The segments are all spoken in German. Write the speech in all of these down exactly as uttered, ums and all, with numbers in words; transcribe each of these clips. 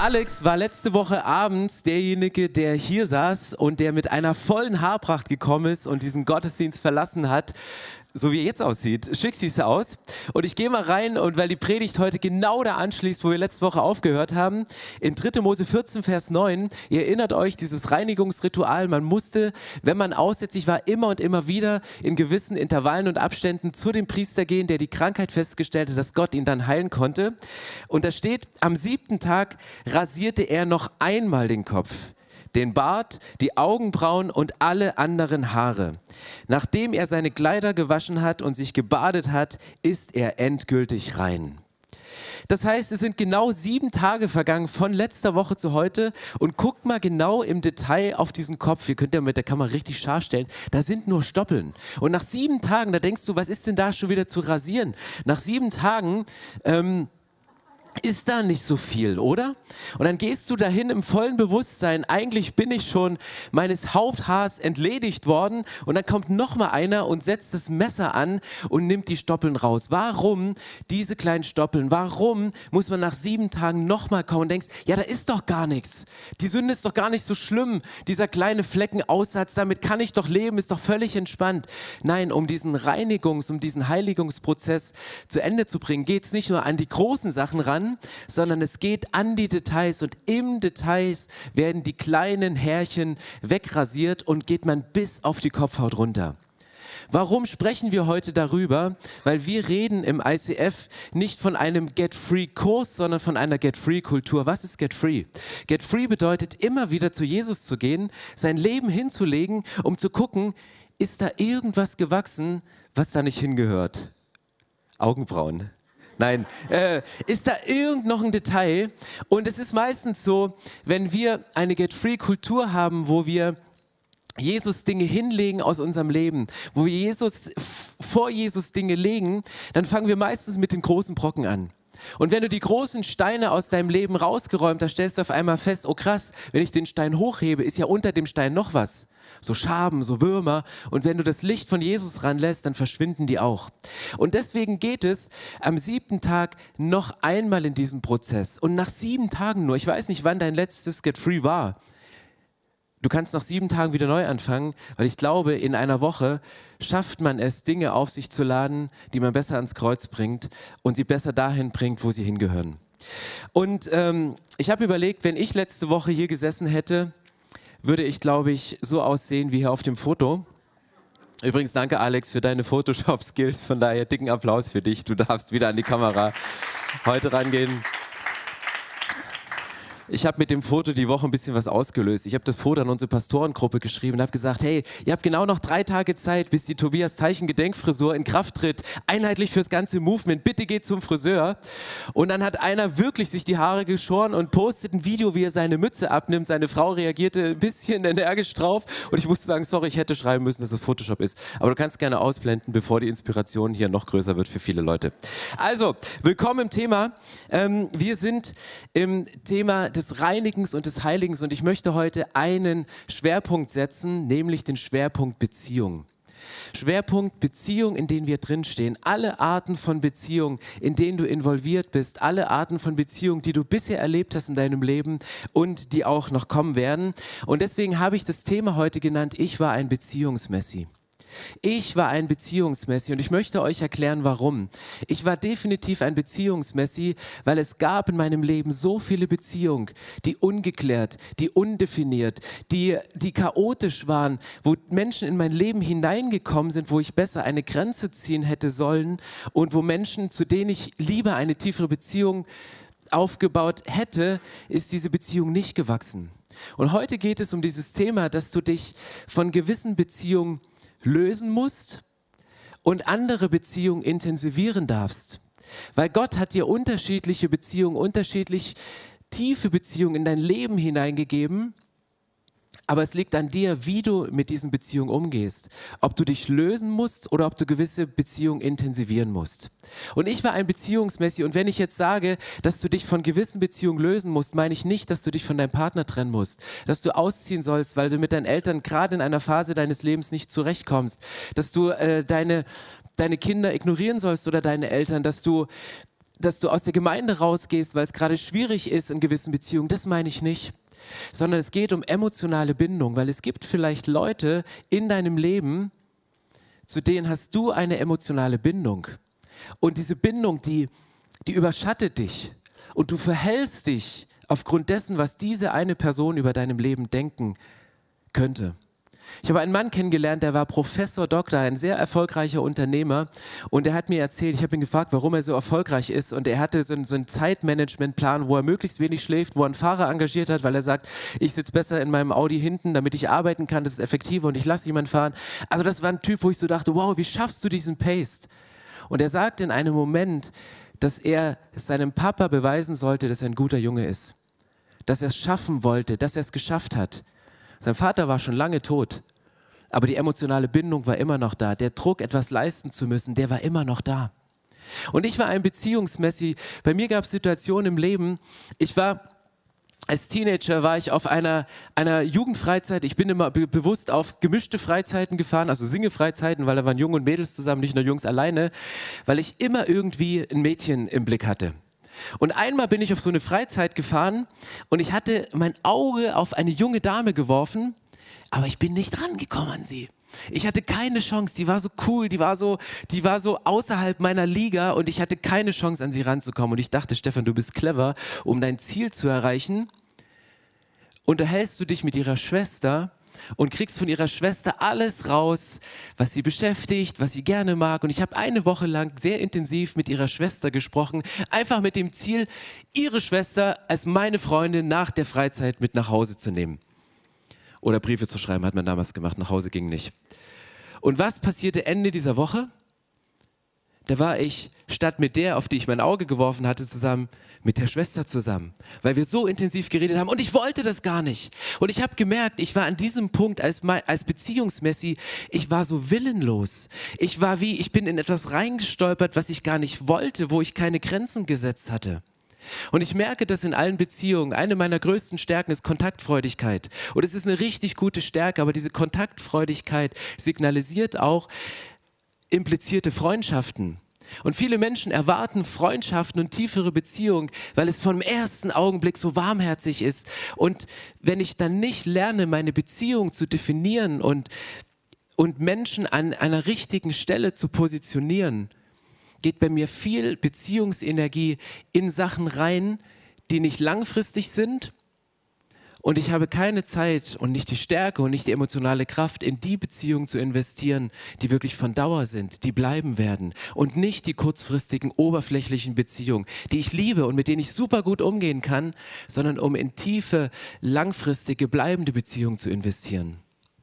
Alex war letzte Woche abends derjenige, der hier saß und der mit einer vollen Haarpracht gekommen ist und diesen Gottesdienst verlassen hat. So wie er jetzt aussieht. Schick siehst du aus. Und ich gehe mal rein, und weil die Predigt heute genau da anschließt, wo wir letzte Woche aufgehört haben, in dritter Mose vierzehn, Vers neun, ihr erinnert euch, dieses Reinigungsritual, man musste, wenn man aussätzig war, immer und immer wieder in gewissen Intervallen und Abständen zu dem Priester gehen, der die Krankheit festgestellt hat, dass Gott ihn dann heilen konnte. Und da steht, am siebten Tag rasierte er noch einmal den Kopf, den Bart, die Augenbrauen und alle anderen Haare. Nachdem er seine Kleider gewaschen hat und sich gebadet hat, ist er endgültig rein. Das heißt, es sind genau sieben Tage vergangen von letzter Woche zu heute, und guckt mal genau im Detail auf diesen Kopf. Ihr könnt ja mit der Kamera richtig scharf stellen. Da sind nur Stoppeln. Und nach sieben Tagen, da denkst du, was ist denn da schon wieder zu rasieren? Nach sieben Tagen ähm, ist da nicht so viel, oder? Und dann gehst du dahin im vollen Bewusstsein, eigentlich bin ich schon meines Haupthaars entledigt worden, und dann kommt noch mal einer und setzt das Messer an und nimmt die Stoppeln raus. Warum diese kleinen Stoppeln? Warum muss man nach sieben Tagen noch mal kommen und denkst, ja, da ist doch gar nichts. Die Sünde ist doch gar nicht so schlimm. Dieser kleine Fleckenaussatz, damit kann ich doch leben, ist doch völlig entspannt. Nein, um diesen Reinigungs-, um diesen Heiligungsprozess zu Ende zu bringen, geht es nicht nur an die großen Sachen ran, sondern es geht an die Details, und im Details werden die kleinen Härchen wegrasiert und geht man bis auf die Kopfhaut runter. Warum sprechen wir heute darüber? Weil wir reden im I C F nicht von einem Get-Free-Kurs, sondern von einer Get-Free-Kultur. Was ist Get-Free? Get-Free bedeutet, immer wieder zu Jesus zu gehen, sein Leben hinzulegen, um zu gucken, ist da irgendwas gewachsen, was da nicht hingehört? Augenbrauen. Nein, äh, ist da irgend noch ein Detail? Und es ist meistens so, wenn wir eine Get-Free-Kultur haben, wo wir Jesus Dinge hinlegen aus unserem Leben, wo wir Jesus, vor Jesus Dinge legen, dann fangen wir meistens mit den großen Brocken an. Und wenn du die großen Steine aus deinem Leben rausgeräumt hast, stellst du auf einmal fest, oh krass, wenn ich den Stein hochhebe, ist ja unter dem Stein noch was. So Schaben, so Würmer. Und wenn du das Licht von Jesus ranlässt, dann verschwinden die auch. Und deswegen geht es am siebten Tag noch einmal in diesem Prozess. Und nach sieben Tagen nur, ich weiß nicht, wann dein letztes Get Free war. Du kannst nach sieben Tagen wieder neu anfangen, weil ich glaube, in einer Woche schafft man es, Dinge auf sich zu laden, die man besser ans Kreuz bringt und sie besser dahin bringt, wo sie hingehören. Und ähm, ich habe überlegt, wenn ich letzte Woche hier gesessen hätte, würde ich, glaube ich, so aussehen wie hier auf dem Foto. Übrigens, danke Alex für deine Photoshop-Skills, von daher dicken Applaus für dich. Du darfst wieder an die Kamera heute rangehen. Ich habe mit dem Foto die Woche ein bisschen was ausgelöst. Ich habe das Foto an unsere Pastorengruppe geschrieben und habe gesagt, hey, ihr habt genau noch drei Tage Zeit, bis die Tobias Teichen Gedenkfrisur in Kraft tritt. Einheitlich fürs ganze Movement. Bitte geht zum Friseur. Und dann hat einer wirklich sich die Haare geschoren und postet ein Video, wie er seine Mütze abnimmt. Seine Frau reagierte ein bisschen energisch drauf. Und ich musste sagen, sorry, ich hätte schreiben müssen, dass es Photoshop ist. Aber du kannst gerne ausblenden, bevor die Inspiration hier noch größer wird für viele Leute. Also, willkommen im Thema. Ähm, wir sind im Thema des Reinigens und des Heiligens, und ich möchte heute einen Schwerpunkt setzen, nämlich den Schwerpunkt Beziehung. Schwerpunkt Beziehung, in denen wir drinstehen. Alle Arten von Beziehung, in denen du involviert bist, alle Arten von Beziehung, die du bisher erlebt hast in deinem Leben und die auch noch kommen werden. Und deswegen habe ich das Thema heute genannt, ich war ein Beziehungsmessi. Ich war ein Beziehungsmessi, und ich möchte euch erklären, warum. Ich war definitiv ein Beziehungsmessi, weil es gab in meinem Leben so viele Beziehungen, die ungeklärt, die undefiniert, die, die chaotisch waren, wo Menschen in mein Leben hineingekommen sind, wo ich besser eine Grenze ziehen hätte sollen, und wo Menschen, zu denen ich lieber eine tiefere Beziehung aufgebaut hätte, ist diese Beziehung nicht gewachsen. Und heute geht es um dieses Thema, dass du dich von gewissen Beziehungen lösen musst und andere Beziehungen intensivieren darfst. Weil Gott hat dir unterschiedliche Beziehungen, unterschiedlich tiefe Beziehungen in dein Leben hineingegeben, aber es liegt an dir, wie du mit diesen Beziehungen umgehst. Ob du dich lösen musst oder ob du gewisse Beziehungen intensivieren musst. Und ich war ein Beziehungsmessi, und wenn ich jetzt sage, dass du dich von gewissen Beziehungen lösen musst, meine ich nicht, dass du dich von deinem Partner trennen musst, dass du ausziehen sollst, weil du mit deinen Eltern gerade in einer Phase deines Lebens nicht zurechtkommst, dass du äh, deine, deine Kinder ignorieren sollst oder deine Eltern, dass du dass du aus der Gemeinde rausgehst, weil es gerade schwierig ist in gewissen Beziehungen, das meine ich nicht. Sondern es geht um emotionale Bindung, weil es gibt vielleicht Leute in deinem Leben, zu denen hast du eine emotionale Bindung. Und diese Bindung, die, die überschattet dich. Und du verhältst dich aufgrund dessen, was diese eine Person über deinem Leben denken könnte. Ich habe einen Mann kennengelernt, der war Professor Doktor, ein sehr erfolgreicher Unternehmer, und er hat mir erzählt, ich habe ihn gefragt, warum er so erfolgreich ist, und er hatte so einen, so einen Zeitmanagementplan, wo er möglichst wenig schläft, wo er einen Fahrer engagiert hat, weil er sagt, ich sitze besser in meinem Audi hinten, damit ich arbeiten kann, das ist effektiver und ich lasse jemanden fahren. Also das war ein Typ, wo ich so dachte, wow, wie schaffst du diesen Pace? Und er sagt in einem Moment, dass er es seinem Papa beweisen sollte, dass er ein guter Junge ist, dass er es schaffen wollte, dass er es geschafft hat. Sein Vater war schon lange tot, aber die emotionale Bindung war immer noch da. Der Druck, etwas leisten zu müssen, der war immer noch da. Und ich war ein Beziehungsmessi. Bei mir gab es Situationen im Leben, ich war, als Teenager war ich auf einer, einer Jugendfreizeit, ich bin immer be bewusst auf gemischte Freizeiten gefahren, also Singefreizeiten, weil da waren Jungs und Mädels zusammen, nicht nur Jungs alleine, weil ich immer irgendwie ein Mädchen im Blick hatte. Und einmal bin ich auf so eine Freizeit gefahren und ich hatte mein Auge auf eine junge Dame geworfen, aber ich bin nicht rangekommen an sie. Ich hatte keine Chance, die war so cool, die war so, die war so außerhalb meiner Liga und ich hatte keine Chance, an sie ranzukommen. Und ich dachte, Stefan, du bist clever, um dein Ziel zu erreichen, unterhältst du dich mit ihrer Schwester und kriegst von ihrer Schwester alles raus, was sie beschäftigt, was sie gerne mag. Und ich habe eine Woche lang sehr intensiv mit ihrer Schwester gesprochen, einfach mit dem Ziel, ihre Schwester als meine Freundin nach der Freizeit mit nach Hause zu nehmen. Oder Briefe zu schreiben, hat man damals gemacht, nach Hause ging nicht. Und was passierte Ende dieser Woche? Da war ich, statt mit der, auf die ich mein Auge geworfen hatte, zusammen, mit der Schwester zusammen, weil wir so intensiv geredet haben und ich wollte das gar nicht. Und ich habe gemerkt, ich war an diesem Punkt als, als Beziehungsmessi, ich war so willenlos. Ich war wie, ich bin in etwas reingestolpert, was ich gar nicht wollte, wo ich keine Grenzen gesetzt hatte. Und ich merke das in allen Beziehungen. Eine meiner größten Stärken ist Kontaktfreudigkeit. Und es ist eine richtig gute Stärke, aber diese Kontaktfreudigkeit signalisiert auch implizierte Freundschaften. Und viele Menschen erwarten Freundschaften und tiefere Beziehungen, weil es vom ersten Augenblick so warmherzig ist. Und wenn ich dann nicht lerne, meine Beziehung zu definieren und, und Menschen an einer richtigen Stelle zu positionieren, geht bei mir viel Beziehungsenergie in Sachen rein, die nicht langfristig sind. Und ich habe keine Zeit und nicht die Stärke und nicht die emotionale Kraft, in die Beziehungen zu investieren, die wirklich von Dauer sind, die bleiben werden. Und nicht die kurzfristigen, oberflächlichen Beziehungen, die ich liebe und mit denen ich super gut umgehen kann, sondern um in tiefe, langfristige, bleibende Beziehungen zu investieren.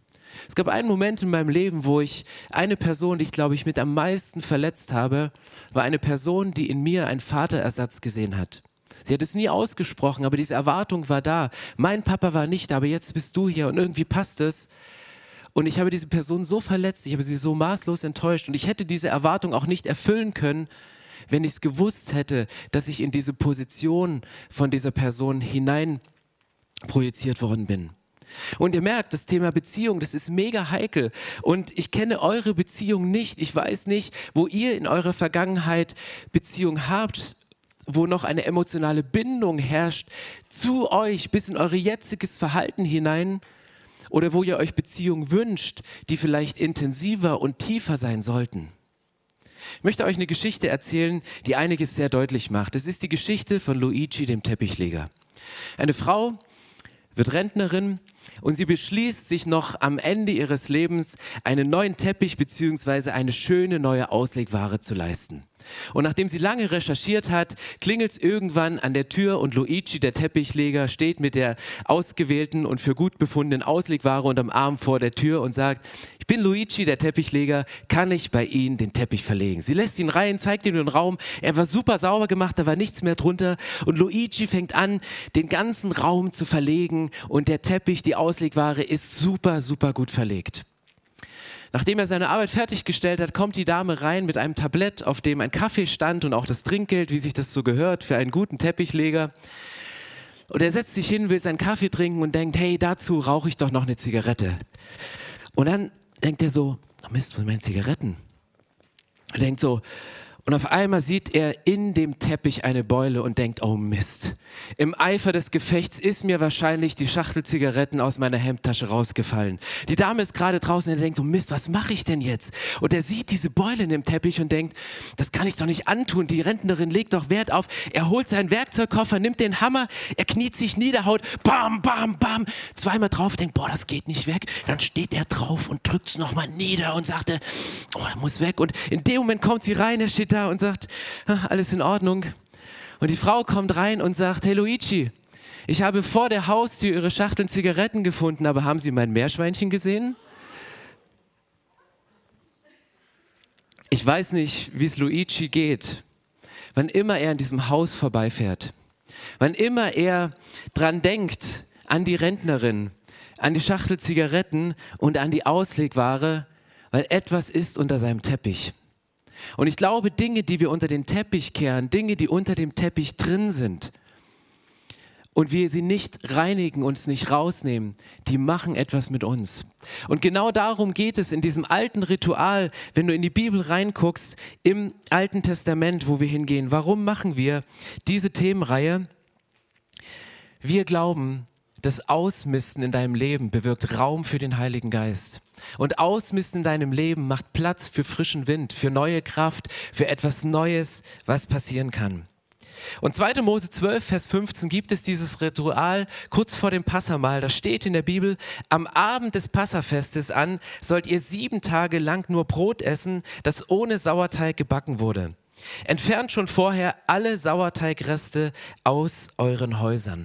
Es gab einen Moment in meinem Leben, wo ich eine Person, die ich glaube ich mit am meisten verletzt habe, war eine Person, die in mir einen Vaterersatz gesehen hat. Sie hat es nie ausgesprochen, aber diese Erwartung war da. Mein Papa war nicht da, aber jetzt bist du hier und irgendwie passt es. Und ich habe diese Person so verletzt, ich habe sie so maßlos enttäuscht und ich hätte diese Erwartung auch nicht erfüllen können, wenn ich es gewusst hätte, dass ich in diese Position von dieser Person hinein projiziert worden bin. Und ihr merkt, das Thema Beziehung, das ist mega heikel und ich kenne eure Beziehung nicht. Ich weiß nicht, wo ihr in eurer Vergangenheit Beziehung habt, wo noch eine emotionale Bindung herrscht zu euch bis in euer jetziges Verhalten hinein oder wo ihr euch Beziehungen wünscht, die vielleicht intensiver und tiefer sein sollten. Ich möchte euch eine Geschichte erzählen, die einiges sehr deutlich macht. Es ist die Geschichte von Luigi, dem Teppichleger. Eine Frau wird Rentnerin und sie beschließt, sich noch am Ende ihres Lebens einen neuen Teppich bzw. eine schöne neue Auslegware zu leisten. Und nachdem sie lange recherchiert hat, klingelt es irgendwann an der Tür und Luigi, der Teppichleger, steht mit der ausgewählten und für gut befundenen Auslegware unterm Arm vor der Tür und sagt, ich bin Luigi, der Teppichleger, kann ich bei Ihnen den Teppich verlegen? Sie lässt ihn rein, zeigt ihm den Raum, er war super sauber gemacht, da war nichts mehr drunter und Luigi fängt an, den ganzen Raum zu verlegen und der Teppich, die Auslegware ist super, super gut verlegt. Nachdem er seine Arbeit fertiggestellt hat, kommt die Dame rein mit einem Tablett, auf dem ein Kaffee stand und auch das Trinkgeld, wie sich das so gehört, für einen guten Teppichleger. Und er setzt sich hin, will seinen Kaffee trinken und denkt, hey, dazu rauche ich doch noch eine Zigarette. Und dann denkt er so, Mist, wo sind meine Zigaretten? Er denkt so, Und auf einmal sieht er in dem Teppich eine Beule und denkt, oh Mist. Im Eifer des Gefechts ist mir wahrscheinlich die Schachtel Zigaretten aus meiner Hemdtasche rausgefallen. Die Dame ist gerade draußen und er denkt, oh Mist, was mache ich denn jetzt? Und er sieht diese Beule in dem Teppich und denkt, das kann ich doch nicht antun. Die Rentnerin legt doch Wert auf. Er holt seinen Werkzeugkoffer, nimmt den Hammer, er kniet sich nieder, haut bam, bam, bam, zweimal drauf, denkt, boah, das geht nicht weg. Dann steht er drauf und drückt es nochmal nieder und sagt, oh, das muss weg. Und in dem Moment kommt sie rein, er steht da und sagt, alles in Ordnung. Und die Frau kommt rein und sagt, hey Luigi, ich habe vor der Haustür Ihre Schachteln Zigaretten gefunden, aber haben Sie mein Meerschweinchen gesehen? Ich weiß nicht, wie es Luigi geht, wann immer er an diesem Haus vorbeifährt, wann immer er dran denkt, an die Rentnerin, an die Schachtel Zigaretten und an die Auslegware, weil etwas ist unter seinem Teppich. Und ich glaube, Dinge, die wir unter den Teppich kehren, Dinge, die unter dem Teppich drin sind und wir sie nicht reinigen, uns nicht rausnehmen, die machen etwas mit uns. Und genau darum geht es in diesem alten Ritual, wenn du in die Bibel reinguckst, im Alten Testament, wo wir hingehen. Warum machen wir diese Themenreihe? Wir glauben, das Ausmisten in deinem Leben bewirkt Raum für den Heiligen Geist. Und Ausmisten in deinem Leben macht Platz für frischen Wind, für neue Kraft, für etwas Neues, was passieren kann. Und zweiter Mose zwölf, Vers fünfzehn gibt es dieses Ritual kurz vor dem Passamahl. Da steht in der Bibel, am Abend des Passafestes an sollt ihr sieben Tage lang nur Brot essen, das ohne Sauerteig gebacken wurde. Entfernt schon vorher alle Sauerteigreste aus euren Häusern.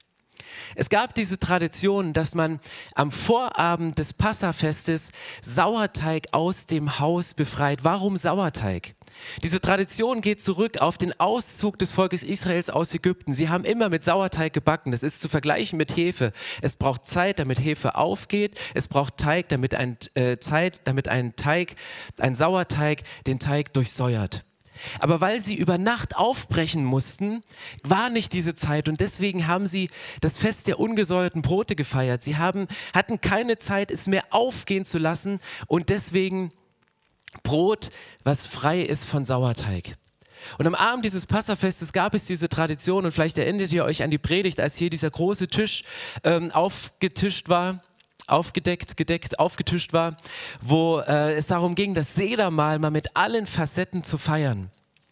Es gab diese Tradition, dass man am Vorabend des Passafestes Sauerteig aus dem Haus befreit. Warum Sauerteig? Diese Tradition geht zurück auf den Auszug des Volkes Israels aus Ägypten. Sie haben immer mit Sauerteig gebacken. Das ist zu vergleichen mit Hefe. Es braucht Zeit, damit Hefe aufgeht. Es braucht Teig, damit ein, äh, Zeit, damit ein Teig, ein Sauerteig den Teig durchsäuert. Aber weil sie über Nacht aufbrechen mussten, war nicht diese Zeit und deswegen haben sie das Fest der ungesäuerten Brote gefeiert. Sie haben, hatten keine Zeit, es mehr aufgehen zu lassen und deswegen Brot, was frei ist von Sauerteig. Und am Abend dieses Passafestes gab es diese Tradition und vielleicht erinnert ihr euch an die Predigt, als hier dieser große Tisch ähm, aufgetischt war. aufgedeckt, gedeckt, aufgetischt war, wo äh, es darum ging, das Sedermahl mal mit allen Facetten zu feiern.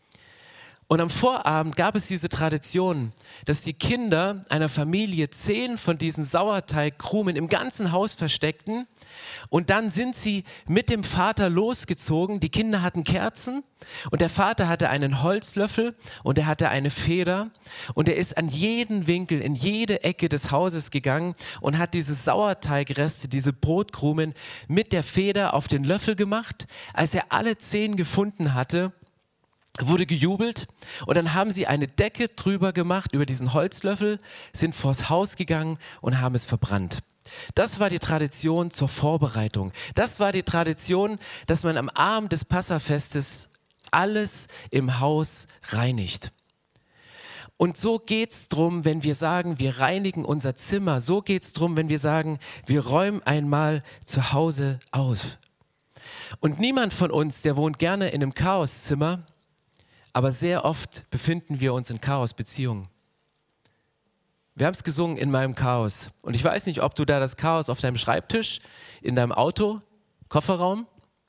Und am Vorabend gab es diese Tradition, dass die Kinder einer Familie zehn von diesen Sauerteigkrumen im ganzen Haus versteckten und dann sind sie mit dem Vater losgezogen. Die Kinder hatten Kerzen und der Vater hatte einen Holzlöffel und er hatte eine Feder und er ist an jeden Winkel, in jede Ecke des Hauses gegangen und hat diese Sauerteigreste, diese Brotkrumen mit der Feder auf den Löffel gemacht. Als er alle zehn gefunden hatte, wurde gejubelt und dann haben sie eine Decke drüber gemacht, über diesen Holzlöffel, sind vors Haus gegangen und haben es verbrannt. Das war die Tradition zur Vorbereitung. Das war die Tradition, dass man am Abend des Passafestes alles im Haus reinigt. Und so geht es darum, wenn wir sagen, wir reinigen unser Zimmer. So geht es darum, wenn wir sagen, wir räumen einmal zu Hause auf. Und niemand von uns, der wohnt gerne in einem Chaoszimmer, aber sehr oft befinden wir uns in Chaosbeziehungen. Wir haben es gesungen, in meinem Chaos. Und ich weiß nicht, ob du da das Chaos auf deinem Schreibtisch, in deinem Auto, Kofferraum,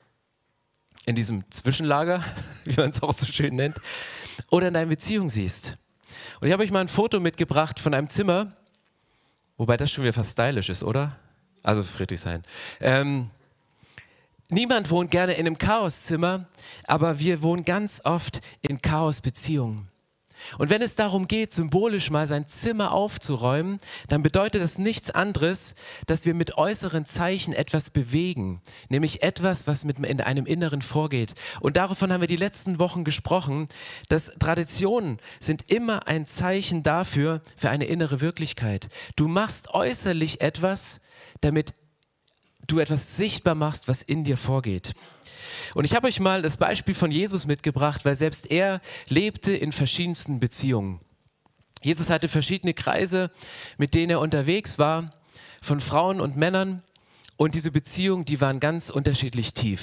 in diesem Zwischenlager, wie man es auch so schön nennt, oder in deiner Beziehung siehst. Und ich habe euch mal ein Foto mitgebracht von einem Zimmer, wobei das schon wieder fast stylisch ist, oder? Also Friedrichshain. Ähm, Niemand wohnt gerne in einem Chaoszimmer, aber wir wohnen ganz oft in Chaosbeziehungen. Und wenn es darum geht, symbolisch mal sein Zimmer aufzuräumen, dann bedeutet das nichts anderes, dass wir mit äußeren Zeichen etwas bewegen, nämlich etwas, was mit in einem Inneren vorgeht. Und davon haben wir die letzten Wochen gesprochen, dass Traditionen sind immer ein Zeichen dafür, für eine innere Wirklichkeit. Du machst äußerlich etwas, damit du etwas sichtbar machst, was in dir vorgeht. Und ich habe euch mal das Beispiel von Jesus mitgebracht, weil selbst er lebte in verschiedensten Beziehungen. Jesus hatte verschiedene Kreise, mit denen er unterwegs war, von Frauen und Männern. Und diese Beziehungen, die waren ganz unterschiedlich tief.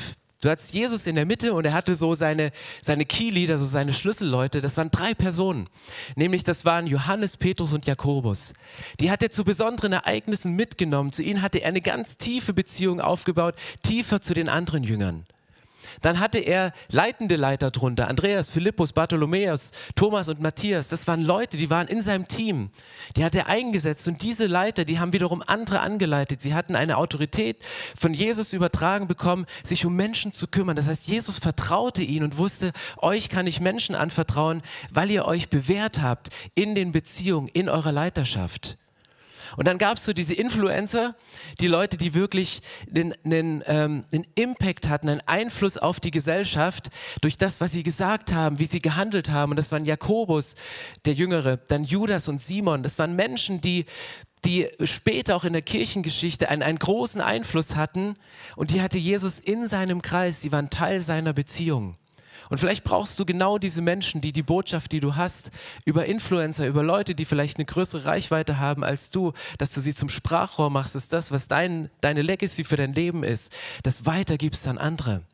Du hattest Jesus in der Mitte und er hatte so seine, seine Key-Leader, so seine Schlüsselleute. Das waren drei Personen. Nämlich das waren Johannes, Petrus und Jakobus. Die hat er zu besonderen Ereignissen mitgenommen. Zu ihnen hatte er eine ganz tiefe Beziehung aufgebaut, tiefer zu den anderen Jüngern. Dann hatte er leitende Leiter drunter, Andreas, Philippus, Bartholomäus, Thomas und Matthias. Das waren Leute, die waren in seinem Team. Die hat er eingesetzt und diese Leiter, die haben wiederum andere angeleitet. Sie hatten eine Autorität von Jesus übertragen bekommen, sich um Menschen zu kümmern. Das heißt, Jesus vertraute ihnen und wusste, euch kann ich Menschen anvertrauen, weil ihr euch bewährt habt in den Beziehungen, in eurer Leiterschaft. Und dann gab es so diese Influencer, die Leute, die wirklich einen, einen, ähm, einen Impact hatten, einen Einfluss auf die Gesellschaft durch das, was sie gesagt haben, wie sie gehandelt haben. Und das waren Jakobus, der Jüngere, dann Judas und Simon. Das waren Menschen, die, die später auch in der Kirchengeschichte einen, einen großen Einfluss hatten. Und die hatte Jesus in seinem Kreis, die waren Teil seiner Beziehung. Und vielleicht brauchst du genau diese Menschen, die die Botschaft, die du hast, über Influencer, über Leute, die vielleicht eine größere Reichweite haben als du, dass du sie zum Sprachrohr machst, ist das, was dein, deine Legacy für dein Leben ist, das weitergibst an andere.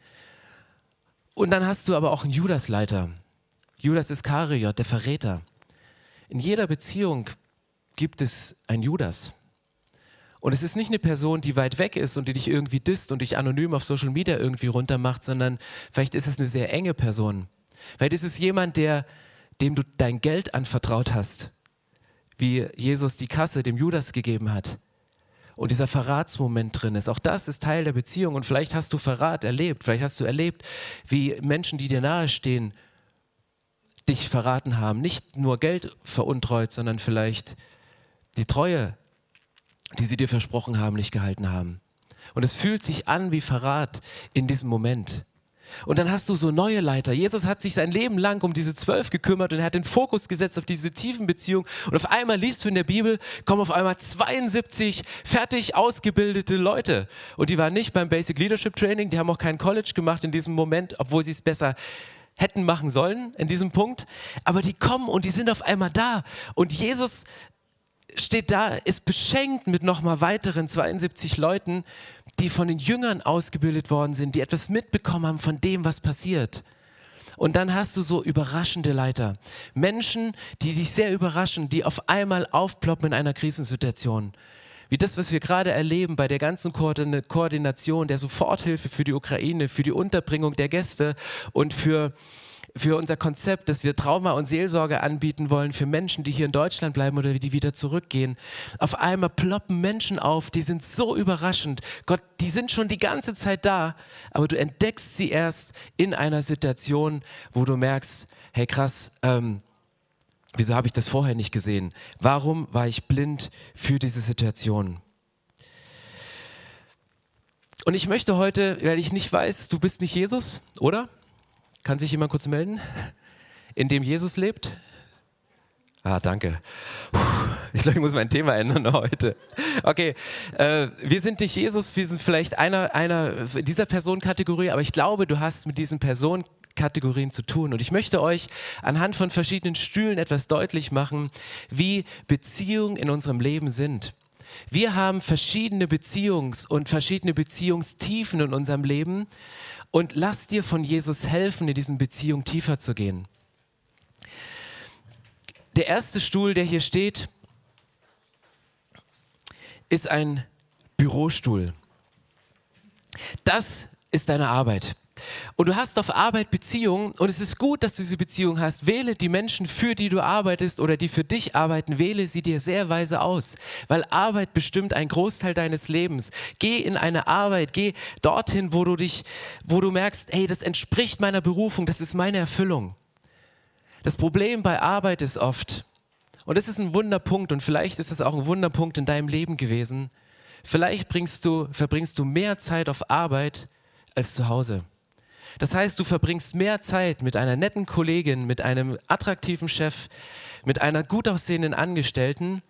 Und dann hast du aber auch einen Judasleiter, Judas Iskariot, der Verräter. In jeder Beziehung gibt es einen Judas. Und es ist nicht eine Person, die weit weg ist und die dich irgendwie disst und dich anonym auf Social Media irgendwie runtermacht, sondern vielleicht ist es eine sehr enge Person. Vielleicht ist es jemand, der, dem du dein Geld anvertraut hast, wie Jesus die Kasse dem Judas gegeben hat. Und dieser Verratsmoment drin ist. Auch das ist Teil der Beziehung. Und vielleicht hast du Verrat erlebt. Vielleicht hast du erlebt, wie Menschen, die dir nahestehen, dich verraten haben. Nicht nur Geld veruntreut, sondern vielleicht die Treue, die sie dir versprochen haben, nicht gehalten haben. Und es fühlt sich an wie Verrat in diesem Moment. Und dann hast du so neue Leiter. Jesus hat sich sein Leben lang um diese zwölf gekümmert und er hat den Fokus gesetzt auf diese tiefen Beziehungen. Und auf einmal liest du in der Bibel, kommen auf einmal zweiundsiebzig fertig ausgebildete Leute. Und die waren nicht beim Basic Leadership Training, die haben auch kein College gemacht in diesem Moment, obwohl sie es besser hätten machen sollen in diesem Punkt. Aber die kommen und die sind auf einmal da. Und Jesus steht da, ist beschenkt mit nochmal weiteren zweiundsiebzig Leuten, die von den Jüngern ausgebildet worden sind, die etwas mitbekommen haben von dem, was passiert. Und dann hast du so überraschende Leiter. Menschen, die dich sehr überraschen, die auf einmal aufploppen in einer Krisensituation. Wie das, was wir gerade erleben bei der ganzen Koordination der Soforthilfe für die Ukraine, für die Unterbringung der Gäste und für für unser Konzept, dass wir Trauma und Seelsorge anbieten wollen für Menschen, die hier in Deutschland bleiben oder die wieder zurückgehen. Auf einmal ploppen Menschen auf, die sind so überraschend. Gott, die sind schon die ganze Zeit da, aber du entdeckst sie erst in einer Situation, wo du merkst, hey krass, ähm, wieso habe ich das vorher nicht gesehen? Warum war ich blind für diese Situation? Und ich möchte heute, weil ich nicht weiß, du bist nicht Jesus, oder? Kann sich jemand kurz melden, in dem Jesus lebt? Ah, danke. Ich glaube, ich muss mein Thema ändern heute. Okay, äh, wir sind nicht Jesus, wir sind vielleicht einer, einer dieser Personenkategorie, aber ich glaube, du hast mit diesen Personenkategorien zu tun. Und ich möchte euch anhand von verschiedenen Stühlen etwas deutlich machen, wie Beziehungen in unserem Leben sind. Wir haben verschiedene Beziehungs- und verschiedene Beziehungstiefen in unserem Leben. Und lass dir von Jesus helfen, in diesen Beziehungen tiefer zu gehen. Der erste Stuhl, der hier steht, ist ein Bürostuhl. Das ist deine Arbeit. Und du hast auf Arbeit Beziehungen und es ist gut, dass du diese Beziehung hast. Wähle die Menschen, für die du arbeitest oder die für dich arbeiten, wähle sie dir sehr weise aus, weil Arbeit bestimmt einen Großteil deines Lebens. Geh in eine Arbeit, geh dorthin, wo du dich, wo du merkst, hey, das entspricht meiner Berufung, das ist meine Erfüllung. Das Problem bei Arbeit ist oft, und das ist ein Wunderpunkt und vielleicht ist das auch ein Wunderpunkt in deinem Leben gewesen, vielleicht bringst du, verbringst du mehr Zeit auf Arbeit als zu Hause. Das heißt, du verbringst mehr Zeit mit einer netten Kollegin, mit einem attraktiven Chef, mit einer gut aussehenden Angestellten.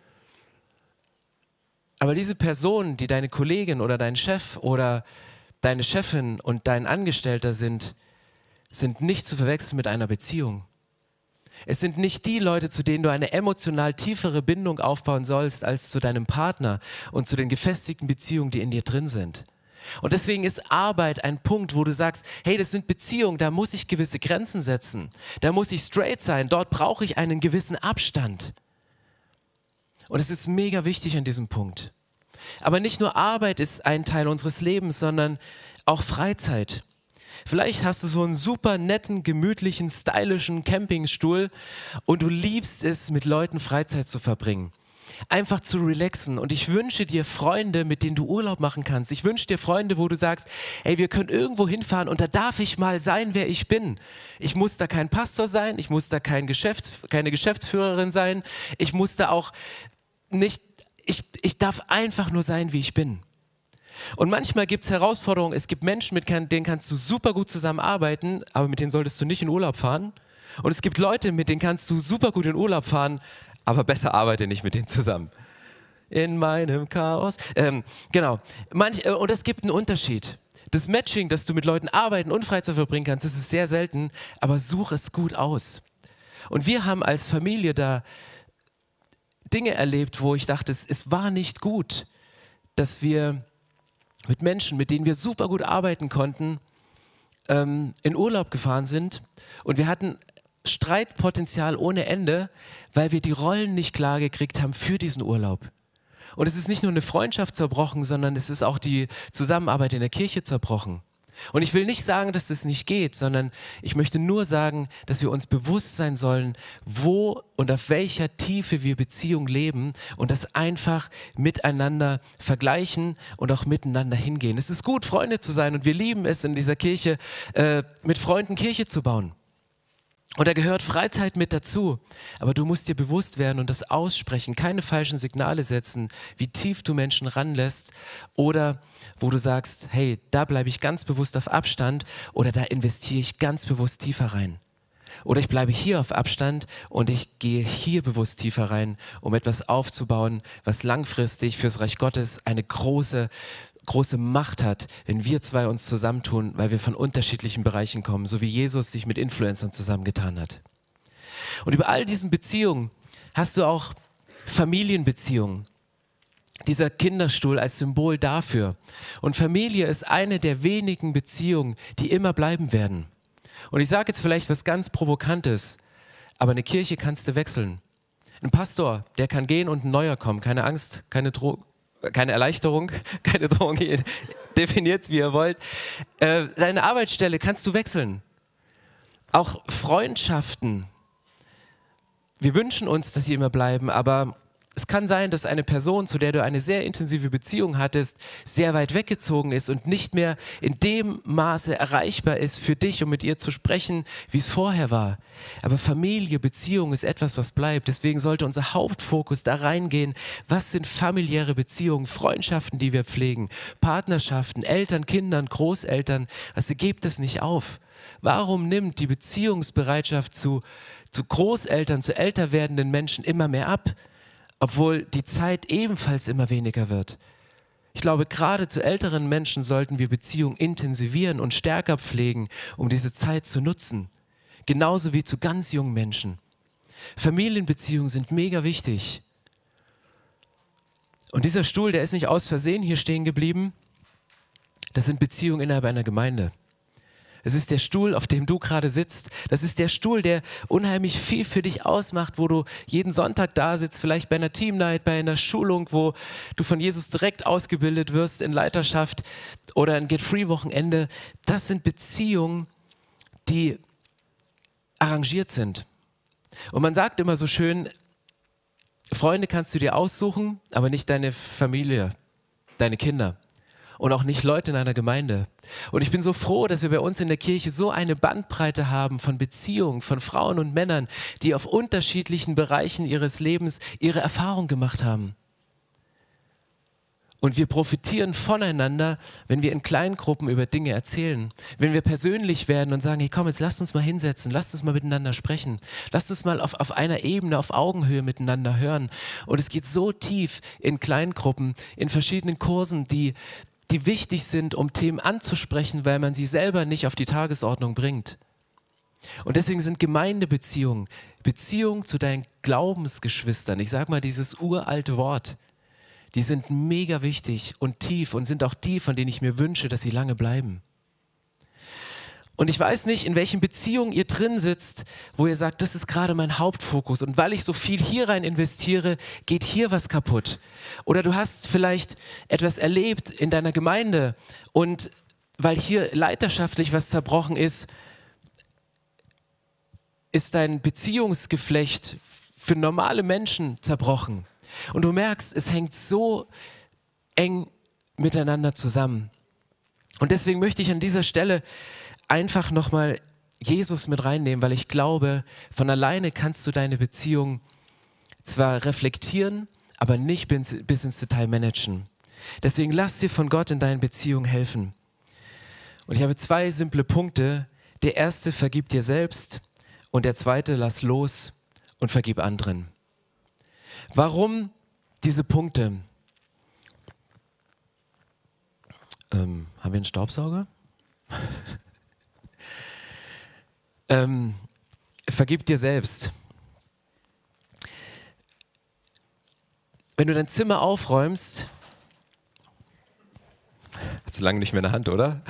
Aber diese Person, die deine Kollegin oder dein Chef oder deine Chefin und dein Angestellter sind, sind nicht zu verwechseln mit einer Beziehung. Es sind nicht die Leute, zu denen du eine emotional tiefere Bindung aufbauen sollst, als zu deinem Partner und zu den gefestigten Beziehungen, die in dir drin sind. Und deswegen ist Arbeit ein Punkt, wo du sagst, hey, das sind Beziehungen, da muss ich gewisse Grenzen setzen. Da muss ich straight sein, dort brauche ich einen gewissen Abstand. Und es ist mega wichtig an diesem Punkt. Aber nicht nur Arbeit ist ein Teil unseres Lebens, sondern auch Freizeit. Vielleicht hast du so einen super netten, gemütlichen, stylischen Campingstuhl und du liebst es, mit Leuten Freizeit zu verbringen. Einfach zu relaxen. Und ich wünsche dir Freunde, mit denen du Urlaub machen kannst. Ich wünsche dir Freunde, wo du sagst, ey, wir können irgendwo hinfahren und da darf ich mal sein, wer ich bin. Ich muss da kein Pastor sein, ich muss da kein Geschäfts-, keine Geschäftsführerin sein, ich muss da auch nicht, ich, ich darf einfach nur sein, wie ich bin. Und manchmal gibt es Herausforderungen, es gibt Menschen, mit denen kannst du super gut zusammenarbeiten, aber mit denen solltest du nicht in Urlaub fahren. Und es gibt Leute, mit denen kannst du super gut in Urlaub fahren, aber besser arbeite nicht mit denen zusammen. In meinem Chaos. Ähm, genau. Manch, äh, und es gibt einen Unterschied. Das Matching, dass du mit Leuten arbeiten und Freizeit verbringen kannst, das ist sehr selten, aber such es gut aus. Und wir haben als Familie da Dinge erlebt, wo ich dachte, es, es war nicht gut, dass wir mit Menschen, mit denen wir super gut arbeiten konnten, ähm, in Urlaub gefahren sind und wir hatten Streitpotenzial ohne Ende, weil wir die Rollen nicht klar gekriegt haben für diesen Urlaub. Und es ist nicht nur eine Freundschaft zerbrochen, sondern es ist auch die Zusammenarbeit in der Kirche zerbrochen. Und ich will nicht sagen, dass das nicht geht, sondern ich möchte nur sagen, dass wir uns bewusst sein sollen, wo und auf welcher Tiefe wir Beziehung leben und das einfach miteinander vergleichen und auch miteinander hingehen. Es ist gut, Freunde zu sein und wir lieben es in dieser Kirche, äh, mit Freunden Kirche zu bauen. Und da gehört Freizeit mit dazu. Aber du musst dir bewusst werden und das aussprechen, keine falschen Signale setzen, wie tief du Menschen ranlässt oder wo du sagst, hey, da bleibe ich ganz bewusst auf Abstand oder da investiere ich ganz bewusst tiefer rein. Oder ich bleibe hier auf Abstand und ich gehe hier bewusst tiefer rein, um etwas aufzubauen, was langfristig fürs Reich Gottes eine große große Macht hat, wenn wir zwei uns zusammentun, weil wir von unterschiedlichen Bereichen kommen, so wie Jesus sich mit Influencern zusammengetan hat. Und über all diesen Beziehungen hast du auch Familienbeziehungen. Dieser Kinderstuhl als Symbol dafür. Und Familie ist eine der wenigen Beziehungen, die immer bleiben werden. Und ich sage jetzt vielleicht was ganz Provokantes, aber eine Kirche kannst du wechseln. Ein Pastor, der kann gehen und ein neuer kommen, keine Angst, keine Drohung. Keine Erleichterung, keine Drohung, ihr definiert es, wie ihr wollt. Äh, deine Arbeitsstelle kannst du wechseln. Auch Freundschaften. Wir wünschen uns, dass sie immer bleiben, aber es kann sein, dass eine Person, zu der du eine sehr intensive Beziehung hattest, sehr weit weggezogen ist und nicht mehr in dem Maße erreichbar ist für dich, um mit ihr zu sprechen, wie es vorher war. Aber Familie, Beziehung ist etwas, was bleibt. Deswegen sollte unser Hauptfokus da reingehen, was sind familiäre Beziehungen, Freundschaften, die wir pflegen, Partnerschaften, Eltern, Kindern, Großeltern. Also gebt es nicht auf. Warum nimmt die Beziehungsbereitschaft zu, zu Großeltern, zu älter werdenden Menschen immer mehr ab? Obwohl die Zeit ebenfalls immer weniger wird. Ich glaube, gerade zu älteren Menschen sollten wir Beziehungen intensivieren und stärker pflegen, um diese Zeit zu nutzen. Genauso wie zu ganz jungen Menschen. Familienbeziehungen sind mega wichtig. Und dieser Stuhl, der ist nicht aus Versehen hier stehen geblieben. Das sind Beziehungen innerhalb einer Gemeinde. Es ist der Stuhl, auf dem du gerade sitzt. Das ist der Stuhl, der unheimlich viel für dich ausmacht, wo du jeden Sonntag da sitzt, vielleicht bei einer Teamnight, bei einer Schulung, wo du von Jesus direkt ausgebildet wirst in Leiterschaft oder ein Get-Free-Wochenende. Das sind Beziehungen, die arrangiert sind. Und man sagt immer so schön, Freunde kannst du dir aussuchen, aber nicht deine Familie, deine Kinder. Und auch nicht Leute in einer Gemeinde. Und ich bin so froh, dass wir bei uns in der Kirche so eine Bandbreite haben von Beziehungen, von Frauen und Männern, die auf unterschiedlichen Bereichen ihres Lebens ihre Erfahrung gemacht haben. Und wir profitieren voneinander, wenn wir in Kleingruppen über Dinge erzählen. Wenn wir persönlich werden und sagen, hey komm, jetzt lasst uns mal hinsetzen, lasst uns mal miteinander sprechen. Lasst uns mal auf, auf einer Ebene, auf Augenhöhe miteinander hören. Und es geht so tief in Kleingruppen, in verschiedenen Kursen, die die wichtig sind, um Themen anzusprechen, weil man sie selber nicht auf die Tagesordnung bringt. Und deswegen sind Gemeindebeziehungen, Beziehungen zu deinen Glaubensgeschwistern, ich sage mal dieses uralte Wort, die sind mega wichtig und tief und sind auch die, von denen ich mir wünsche, dass sie lange bleiben. Und ich weiß nicht, in welchen Beziehungen ihr drin sitzt, wo ihr sagt, das ist gerade mein Hauptfokus. Und weil ich so viel hier rein investiere, geht hier was kaputt. Oder du hast vielleicht etwas erlebt in deiner Gemeinde und weil hier leiterschaftlich was zerbrochen ist, ist dein Beziehungsgeflecht für normale Menschen zerbrochen. Und du merkst, es hängt so eng miteinander zusammen. Und deswegen möchte ich an dieser Stelle einfach nochmal Jesus mit reinnehmen, weil ich glaube, von alleine kannst du deine Beziehung zwar reflektieren, aber nicht bis, bis ins Detail managen. Deswegen lass dir von Gott in deinen Beziehungen helfen. Und ich habe zwei simple Punkte. Der erste, vergib dir selbst. Und der zweite, lass los und vergib anderen. Warum diese Punkte? Ähm, haben wir einen Staubsauger? ähm, vergib dir selbst. Wenn du dein Zimmer aufräumst, hast du lange nicht mehr in der Hand, oder?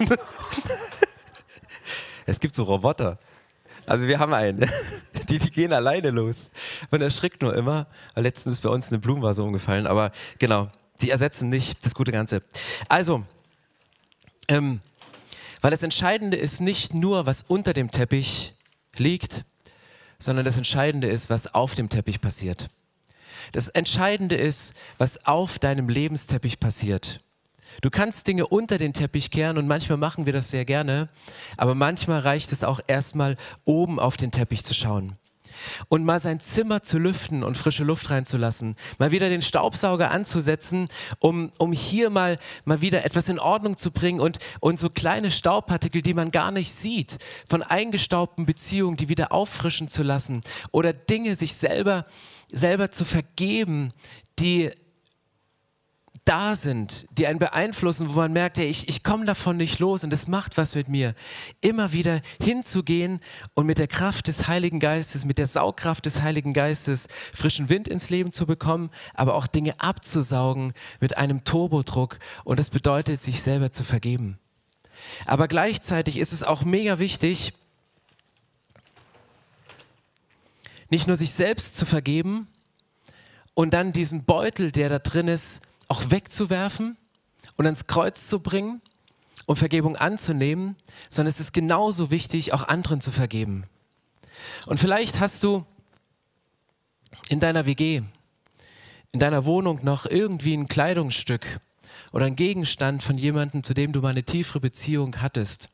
Es gibt so Roboter. Also wir haben einen, die, die gehen alleine los. Man erschrickt nur immer. Letztens ist bei uns eine Blumenvase umgefallen, aber genau, die ersetzen nicht das gute Ganze. Also, ähm, weil das Entscheidende ist nicht nur, was unter dem Teppich liegt, sondern das Entscheidende ist, was auf dem Teppich passiert. Das Entscheidende ist, was auf deinem Lebensteppich passiert. Du kannst Dinge unter den Teppich kehren und manchmal machen wir das sehr gerne, aber manchmal reicht es auch erstmal oben auf den Teppich zu schauen und mal sein Zimmer zu lüften und frische Luft reinzulassen, mal wieder den Staubsauger anzusetzen, um, um hier mal, mal wieder etwas in Ordnung zu bringen und, und so kleine Staubpartikel, die man gar nicht sieht, von eingestaubten Beziehungen, die wieder auffrischen zu lassen oder Dinge sich selber, selber zu vergeben, die da sind, die einen beeinflussen, wo man merkt, hey, ich, ich komme davon nicht los und das macht was mit mir. Immer wieder hinzugehen und mit der Kraft des Heiligen Geistes, mit der Saugkraft des Heiligen Geistes frischen Wind ins Leben zu bekommen, aber auch Dinge abzusaugen mit einem Turbodruck und das bedeutet, sich selber zu vergeben. Aber gleichzeitig ist es auch mega wichtig, nicht nur sich selbst zu vergeben und dann diesen Beutel, der da drin ist, auch wegzuwerfen und ans Kreuz zu bringen und Vergebung anzunehmen, sondern es ist genauso wichtig, auch anderen zu vergeben. Und vielleicht hast du in deiner W G, in deiner Wohnung noch irgendwie ein Kleidungsstück oder ein Gegenstand von jemandem, zu dem du mal eine tiefere Beziehung hattest.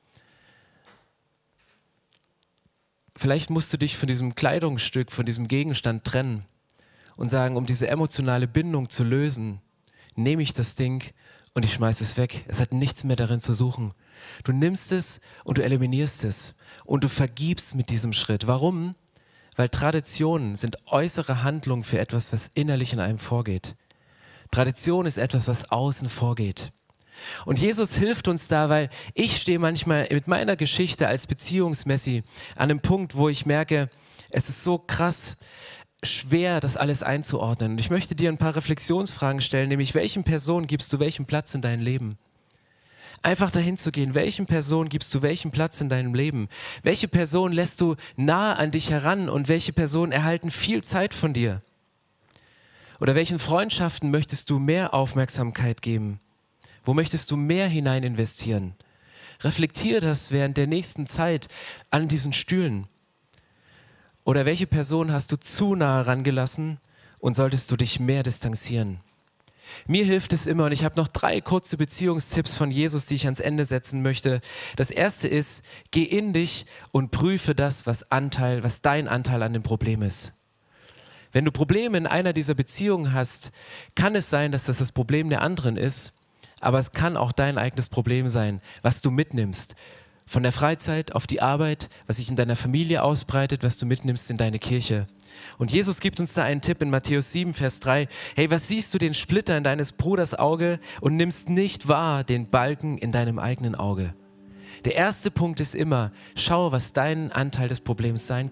Vielleicht musst du dich von diesem Kleidungsstück, von diesem Gegenstand trennen und sagen, um diese emotionale Bindung zu lösen, nehme ich das Ding und ich schmeiße es weg. Es hat nichts mehr darin zu suchen. Du nimmst es und du eliminierst es und du vergibst mit diesem Schritt. Warum? Weil Traditionen sind äußere Handlungen für etwas, was innerlich in einem vorgeht. Tradition ist etwas, was außen vorgeht. Und Jesus hilft uns da, weil ich stehe manchmal mit meiner Geschichte als Beziehungsmessi an einem Punkt, wo ich merke, es ist so krass schwer, das alles einzuordnen. Und ich möchte dir ein paar Reflexionsfragen stellen, nämlich welchen Personen gibst du welchen Platz in deinem Leben? Einfach dahin zu gehen, welchen Personen gibst du welchen Platz in deinem Leben? Welche Personen lässt du nahe an dich heran und welche Personen erhalten viel Zeit von dir? Oder welchen Freundschaften möchtest du mehr Aufmerksamkeit geben? Wo möchtest du mehr hinein investieren? Reflektiere das während der nächsten Zeit an diesen Stühlen. Oder welche Person hast du zu nahe rangelassen und solltest du dich mehr distanzieren? Mir hilft es immer und ich habe noch drei kurze Beziehungstipps von Jesus, die ich ans Ende setzen möchte. Das erste ist, geh in dich und prüfe das, was Anteil, was dein Anteil an dem Problem ist. Wenn du Probleme in einer dieser Beziehungen hast, kann es sein, dass das das Problem der anderen ist, aber es kann auch dein eigenes Problem sein, was du mitnimmst. Von der Freizeit auf die Arbeit, was sich in deiner Familie ausbreitet, was du mitnimmst in deine Kirche. Und Jesus gibt uns da einen Tipp in Matthäus sieben, Vers drei. Hey, was siehst du den Splitter in deines Bruders Auge und nimmst nicht wahr den Balken in deinem eigenen Auge? Der erste Punkt ist immer, schau, was dein Anteil des Problems sein kann.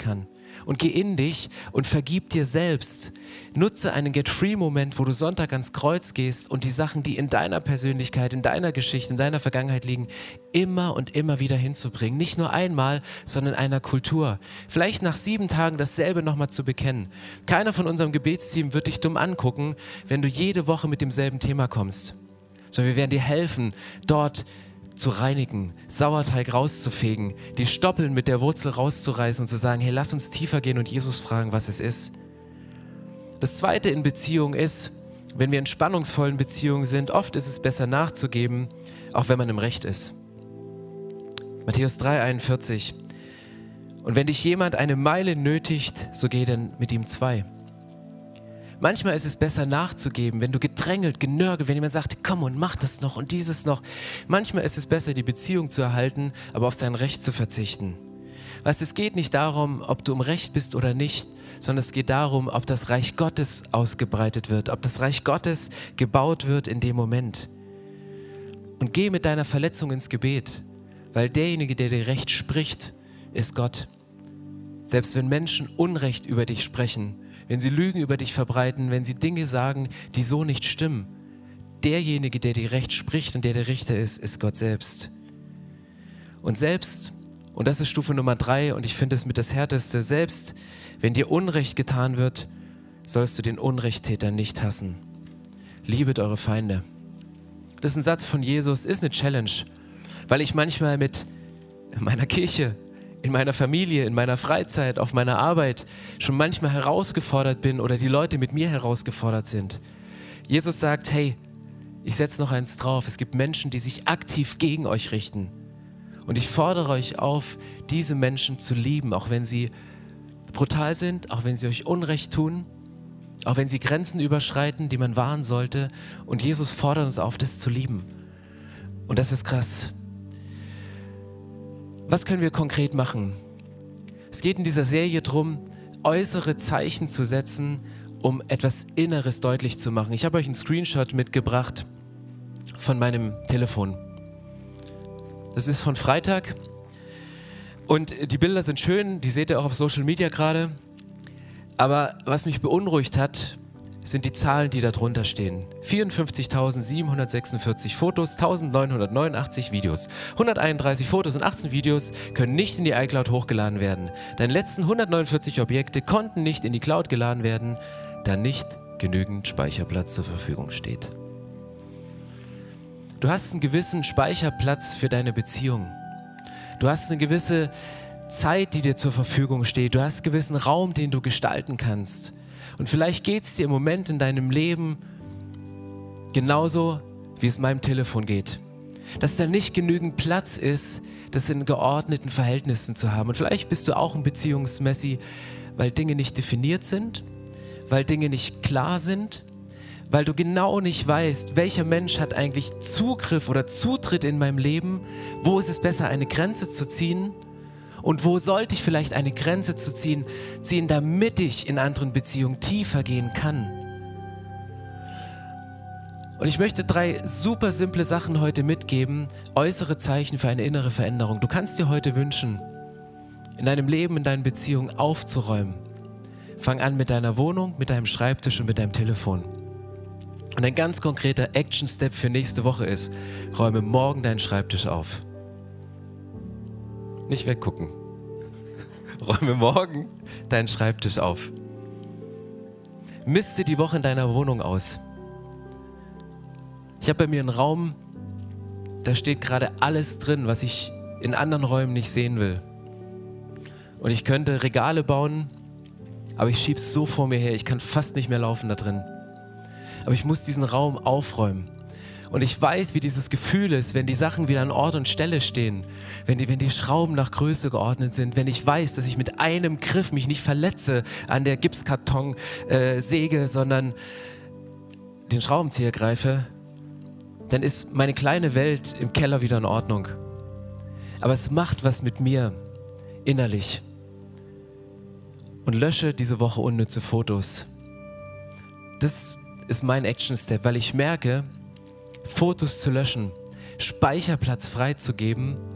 und geh in dich und vergib dir selbst. Nutze einen Get-Free-Moment, wo du Sonntag ans Kreuz gehst und die Sachen, die in deiner Persönlichkeit, in deiner Geschichte, in deiner Vergangenheit liegen, immer und immer wieder hinzubringen. Nicht nur einmal, sondern in einer Kultur. Vielleicht nach sieben Tagen dasselbe nochmal zu bekennen. Keiner von unserem Gebetsteam wird dich dumm angucken, wenn du jede Woche mit demselben Thema kommst. Sondern wir werden dir helfen, dort zu reinigen, Sauerteig rauszufegen, die Stoppeln mit der Wurzel rauszureißen und zu sagen, hey, lass uns tiefer gehen und Jesus fragen, was es ist. Das Zweite in Beziehung ist, wenn wir in spannungsvollen Beziehungen sind, oft ist es besser nachzugeben, auch wenn man im Recht ist. Matthäus drei einundvierzig. Und wenn dich jemand eine Meile nötigt, so geh dann mit ihm zwei. Manchmal ist es besser nachzugeben, wenn du gedrängelt, genörgelt, wenn jemand sagt, komm und mach das noch und dieses noch. Manchmal ist es besser, die Beziehung zu erhalten, aber auf dein Recht zu verzichten. Weißt, es geht nicht darum, ob du im Recht bist oder nicht, sondern es geht darum, ob das Reich Gottes ausgebreitet wird, ob das Reich Gottes gebaut wird in dem Moment. Und geh mit deiner Verletzung ins Gebet, weil derjenige, der dir Recht spricht, ist Gott. Selbst wenn Menschen Unrecht über dich sprechen, wenn sie Lügen über dich verbreiten, wenn sie Dinge sagen, die so nicht stimmen, derjenige, der dir Recht spricht und der der Richter ist, ist Gott selbst. Und selbst, und das ist Stufe Nummer drei, und ich finde es mit das Härteste, selbst wenn dir Unrecht getan wird, sollst du den Unrechttäter nicht hassen. Liebet eure Feinde. Das ist ein Satz von Jesus, ist eine Challenge, weil ich manchmal mit meiner Kirche, in meiner Familie, in meiner Freizeit, auf meiner Arbeit schon manchmal herausgefordert bin oder die Leute mit mir herausgefordert sind. Jesus sagt, hey, ich setze noch eins drauf, es gibt Menschen, die sich aktiv gegen euch richten. Und ich fordere euch auf, diese Menschen zu lieben, auch wenn sie brutal sind, auch wenn sie euch Unrecht tun, auch wenn sie Grenzen überschreiten, die man wahren sollte. Und Jesus fordert uns auf, das zu lieben. Und das ist krass. Was können wir konkret machen? Es geht in dieser Serie darum, äußere Zeichen zu setzen, um etwas Inneres deutlich zu machen. Ich habe euch einen Screenshot mitgebracht von meinem Telefon. Das ist von Freitag und die Bilder sind schön, die seht ihr auch auf Social Media gerade. Aber was mich beunruhigt hat, sind die Zahlen, die da drunter stehen. vierundfünfzigtausendsiebenhundertsechsundvierzig Fotos, eintausendneunhundertneunundachtzig Videos. hunderteinunddreißig Fotos und achtzehn Videos können nicht in die iCloud hochgeladen werden. Deine letzten hundertneunundvierzig Objekte konnten nicht in die Cloud geladen werden, da nicht genügend Speicherplatz zur Verfügung steht. Du hast einen gewissen Speicherplatz für deine Beziehung. Du hast eine gewisse Zeit, die dir zur Verfügung steht. Du hast einen gewissen Raum, den du gestalten kannst. Und vielleicht geht es dir im Moment in deinem Leben genauso, wie es meinem Telefon geht. Dass da nicht genügend Platz ist, das in geordneten Verhältnissen zu haben. Und vielleicht bist du auch ein Beziehungsmessi, weil Dinge nicht definiert sind, weil Dinge nicht klar sind, weil du genau nicht weißt, welcher Mensch hat eigentlich Zugriff oder Zutritt in meinem Leben, wo ist es besser, eine Grenze zu ziehen und wo sollte ich vielleicht eine Grenze zu ziehen, ziehen, damit ich in anderen Beziehungen tiefer gehen kann. Und ich möchte drei super simple Sachen heute mitgeben, äußere Zeichen für eine innere Veränderung. Du kannst dir heute wünschen, in deinem Leben, in deinen Beziehungen aufzuräumen. Fang an mit deiner Wohnung, mit deinem Schreibtisch und mit deinem Telefon. Und ein ganz konkreter Action-Step für nächste Woche ist, räume morgen deinen Schreibtisch auf. Nicht weggucken. Räume morgen deinen Schreibtisch auf. Miste die Woche in deiner Wohnung aus. Ich habe bei mir einen Raum, da steht gerade alles drin, was ich in anderen Räumen nicht sehen will. Und ich könnte Regale bauen, aber ich schiebe es so vor mir her, ich kann fast nicht mehr laufen da drin. Aber ich muss diesen Raum aufräumen. Und ich weiß, wie dieses Gefühl ist, wenn die Sachen wieder an Ort und Stelle stehen, wenn die, wenn die Schrauben nach Größe geordnet sind, wenn ich weiß, dass ich mit einem Griff mich nicht verletze an der Gipskarton-Säge, äh, sondern den Schraubenzieher greife, dann ist meine kleine Welt im Keller wieder in Ordnung. Aber es macht was mit mir innerlich. Und lösche diese Woche unnütze Fotos. Das ist mein Action-Step, weil ich merke, Fotos zu löschen, Speicherplatz freizugeben,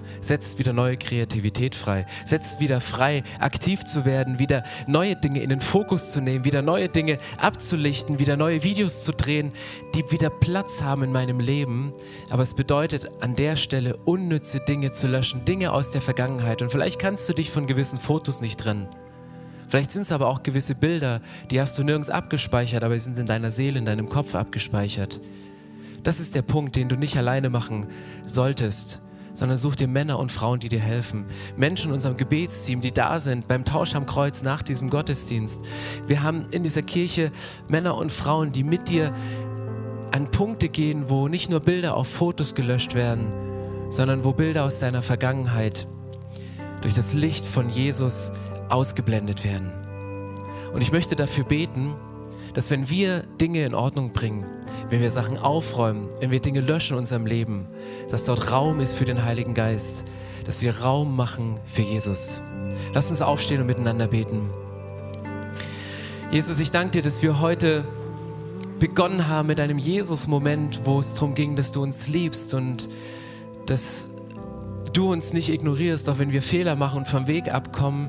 setzt wieder neue Kreativität frei, setzt wieder frei, aktiv zu werden, wieder neue Dinge in den Fokus zu nehmen, wieder neue Dinge abzulichten, wieder neue Videos zu drehen, die wieder Platz haben in meinem Leben. Aber es bedeutet an der Stelle unnütze Dinge zu löschen, Dinge aus der Vergangenheit. Und vielleicht kannst du dich von gewissen Fotos nicht trennen. Vielleicht sind es aber auch gewisse Bilder, die hast du nirgends abgespeichert, aber sie sind in deiner Seele, in deinem Kopf abgespeichert. Das ist der Punkt, den du nicht alleine machen solltest, sondern such dir Männer und Frauen, die dir helfen. Menschen in unserem Gebetsteam, die da sind, beim Tausch am Kreuz nach diesem Gottesdienst. Wir haben in dieser Kirche Männer und Frauen, die mit dir an Punkte gehen, wo nicht nur Bilder auf Fotos gelöscht werden, sondern wo Bilder aus deiner Vergangenheit durch das Licht von Jesus ausgeblendet werden. Und ich möchte dafür beten, dass wenn wir Dinge in Ordnung bringen, wenn wir Sachen aufräumen, wenn wir Dinge löschen in unserem Leben, dass dort Raum ist für den Heiligen Geist, dass wir Raum machen für Jesus. Lass uns aufstehen und miteinander beten. Jesus, ich danke dir, dass wir heute begonnen haben mit einem Jesus-Moment, wo es darum ging, dass du uns liebst und dass du uns nicht ignorierst, auch wenn wir Fehler machen und vom Weg abkommen.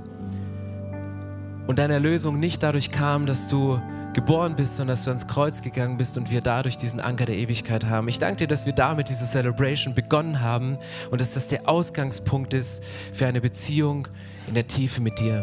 Und deine Erlösung nicht dadurch kam, dass du geboren bist, sondern dass du ans Kreuz gegangen bist und wir dadurch diesen Anker der Ewigkeit haben. Ich danke dir, dass wir damit diese Celebration begonnen haben und dass das der Ausgangspunkt ist für eine Beziehung in der Tiefe mit dir.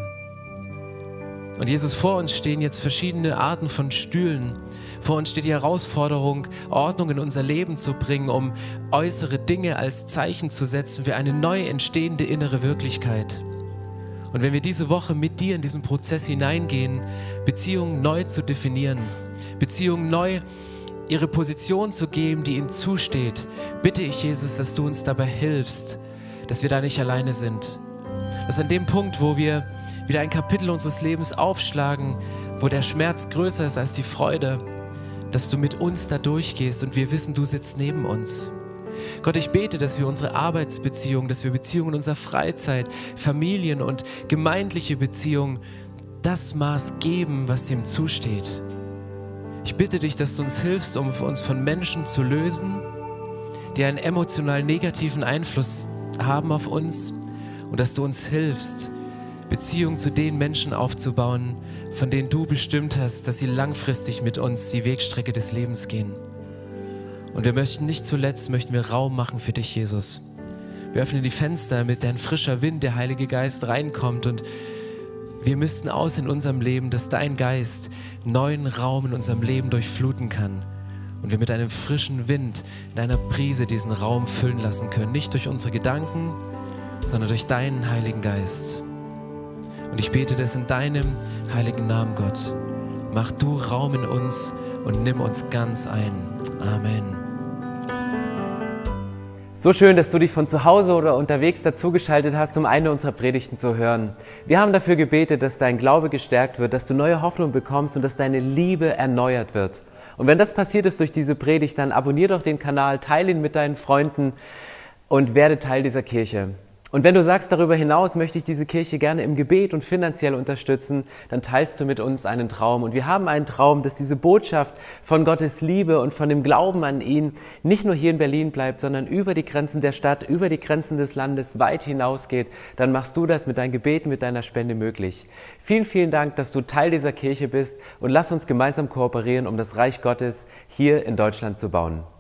Und Jesus, vor uns stehen jetzt verschiedene Arten von Stühlen. Vor uns steht die Herausforderung, Ordnung in unser Leben zu bringen, um äußere Dinge als Zeichen zu setzen für eine neu entstehende innere Wirklichkeit. Und wenn wir diese Woche mit dir in diesen Prozess hineingehen, Beziehungen neu zu definieren, Beziehungen neu ihre Position zu geben, die ihnen zusteht, bitte ich, Jesus, dass du uns dabei hilfst, dass wir da nicht alleine sind. Dass an dem Punkt, wo wir wieder ein Kapitel unseres Lebens aufschlagen, wo der Schmerz größer ist als die Freude, dass du mit uns da durchgehst und wir wissen, du sitzt neben uns. Gott, ich bete, dass wir unsere Arbeitsbeziehungen, dass wir Beziehungen in unserer Freizeit, Familien und gemeindliche Beziehungen das Maß geben, was ihm zusteht. Ich bitte dich, dass du uns hilfst, um uns von Menschen zu lösen, die einen emotional negativen Einfluss haben auf uns und dass du uns hilfst, Beziehungen zu den Menschen aufzubauen, von denen du bestimmt hast, dass sie langfristig mit uns die Wegstrecke des Lebens gehen. Und wir möchten nicht zuletzt, möchten wir Raum machen für dich, Jesus. Wir öffnen die Fenster, damit ein frischer Wind, der Heilige Geist reinkommt und wir müssten aus in unserem Leben, dass dein Geist neuen Raum in unserem Leben durchfluten kann und wir mit einem frischen Wind in einer Prise diesen Raum füllen lassen können. Nicht durch unsere Gedanken, sondern durch deinen Heiligen Geist. Und ich bete das in deinem heiligen Namen, Gott. Mach du Raum in uns und nimm uns ganz ein. Amen. So schön, dass du dich von zu Hause oder unterwegs dazugeschaltet hast, um eine unserer Predigten zu hören. Wir haben dafür gebetet, dass dein Glaube gestärkt wird, dass du neue Hoffnung bekommst und dass deine Liebe erneuert wird. Und wenn das passiert ist durch diese Predigt, dann abonnier doch den Kanal, teile ihn mit deinen Freunden und werde Teil dieser Kirche. Und wenn du sagst, darüber hinaus möchte ich diese Kirche gerne im Gebet und finanziell unterstützen, dann teilst du mit uns einen Traum. Und wir haben einen Traum, dass diese Botschaft von Gottes Liebe und von dem Glauben an ihn nicht nur hier in Berlin bleibt, sondern über die Grenzen der Stadt, über die Grenzen des Landes weit hinausgeht. Dann machst du das mit deinen Gebeten, mit deiner Spende möglich. Vielen, vielen Dank, dass du Teil dieser Kirche bist und lass uns gemeinsam kooperieren, um das Reich Gottes hier in Deutschland zu bauen.